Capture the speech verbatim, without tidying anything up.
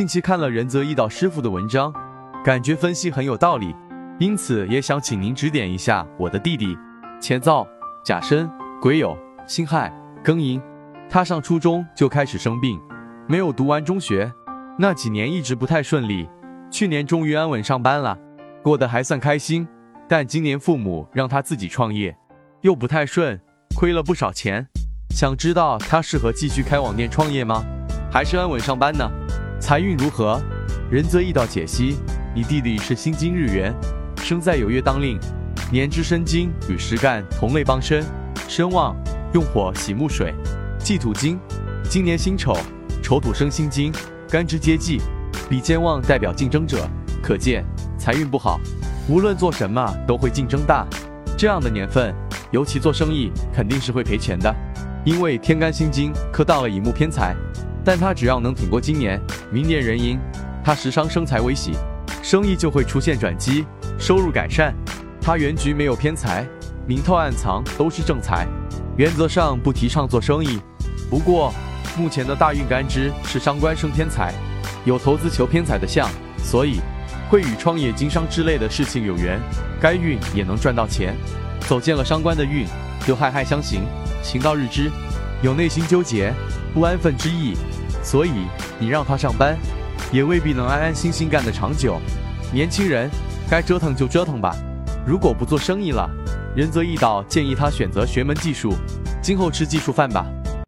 近期看了仁泽易道师傅的文章，感觉分析很有道理，因此也想请您指点一下我的弟弟。乾燥、甲申、癸酉、辛亥、庚寅，他上初中就开始生病，没有读完中学，那几年一直不太顺利。去年终于安稳上班了，过得还算开心。但今年父母让他自己创业，又不太顺，亏了不少钱。想知道他适合继续开网店创业吗？还是安稳上班呢？财运如何？仁泽易道解析：你弟弟是辛金日元，生在酉月当令，年支申金与时干同类帮身，身旺，用火喜木水，忌土金。今年辛丑，丑土生辛金，干支接忌，比肩旺代表竞争者，可见财运不好，无论做什么都会竞争大。这样的年份，尤其做生意肯定是会赔钱的，因为天干辛金克到了乙木偏财。但他只要能挺过今年，明年壬寅，他时伤生财为喜，生意就会出现转机，收入改善。他原局没有偏财，明透暗藏都是正财。原则上不提倡做生意，不过目前的大运干支是伤官生偏财，有投资求偏财的象，所以会与创业经商之类的事情有缘，该运也能赚到钱。走进了伤官的运，就害害相刑，行到日支，有内心纠结不安分之意，所以你让他上班，也未必能安安心心干得长久。年轻人该折腾就折腾吧，如果不做生意了，仁泽易道建议他选择学门技术，今后吃技术饭吧。